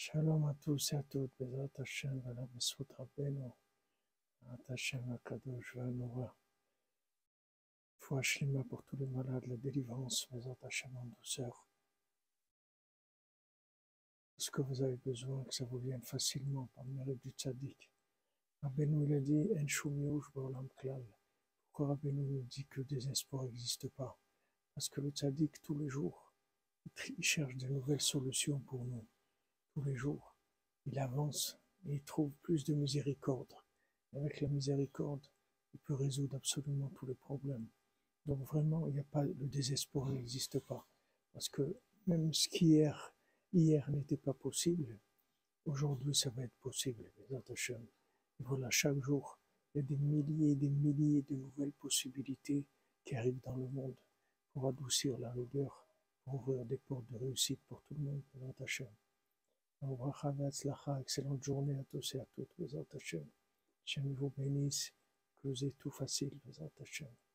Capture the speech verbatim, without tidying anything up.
Shalom à tous et à toutes, Bezrat Hashem, Vala Besut Rabbeinu, Bezrat Hashem, Akadosh, Vanora. Foi Shlema pour tous les malades, la délivrance, Bezrat Hashem en douceur. Tout ce que vous avez besoin, que ça vous vienne facilement par le mérite du tzaddik. Rabbeinu il a dit, En Shum Yush Ba'olam Klal. Pourquoi Rabbeinu nous dit que le désespoir n'existe pas? Parce que le tzaddik, tous les jours, il cherche de nouvelles solutions pour nous. Tous les jours, il avance et il trouve plus de miséricorde. Et avec la miséricorde, il peut résoudre absolument tous les problèmes. Donc vraiment, il n'y a pas, le désespoir n'existe pas. Parce que même ce qui hier, hier n'était pas possible, aujourd'hui ça va être possible. Et voilà, chaque jour, il y a des milliers et des milliers de nouvelles possibilités qui arrivent dans le monde pour adoucir la rigueur, pour ouvrir des portes de réussite pour tout le monde. Excellente journée à tous et à toutes. Bezrat Hashem. Hashem vous bénisse, que vous ayez tout facile. Bezrat Hashem.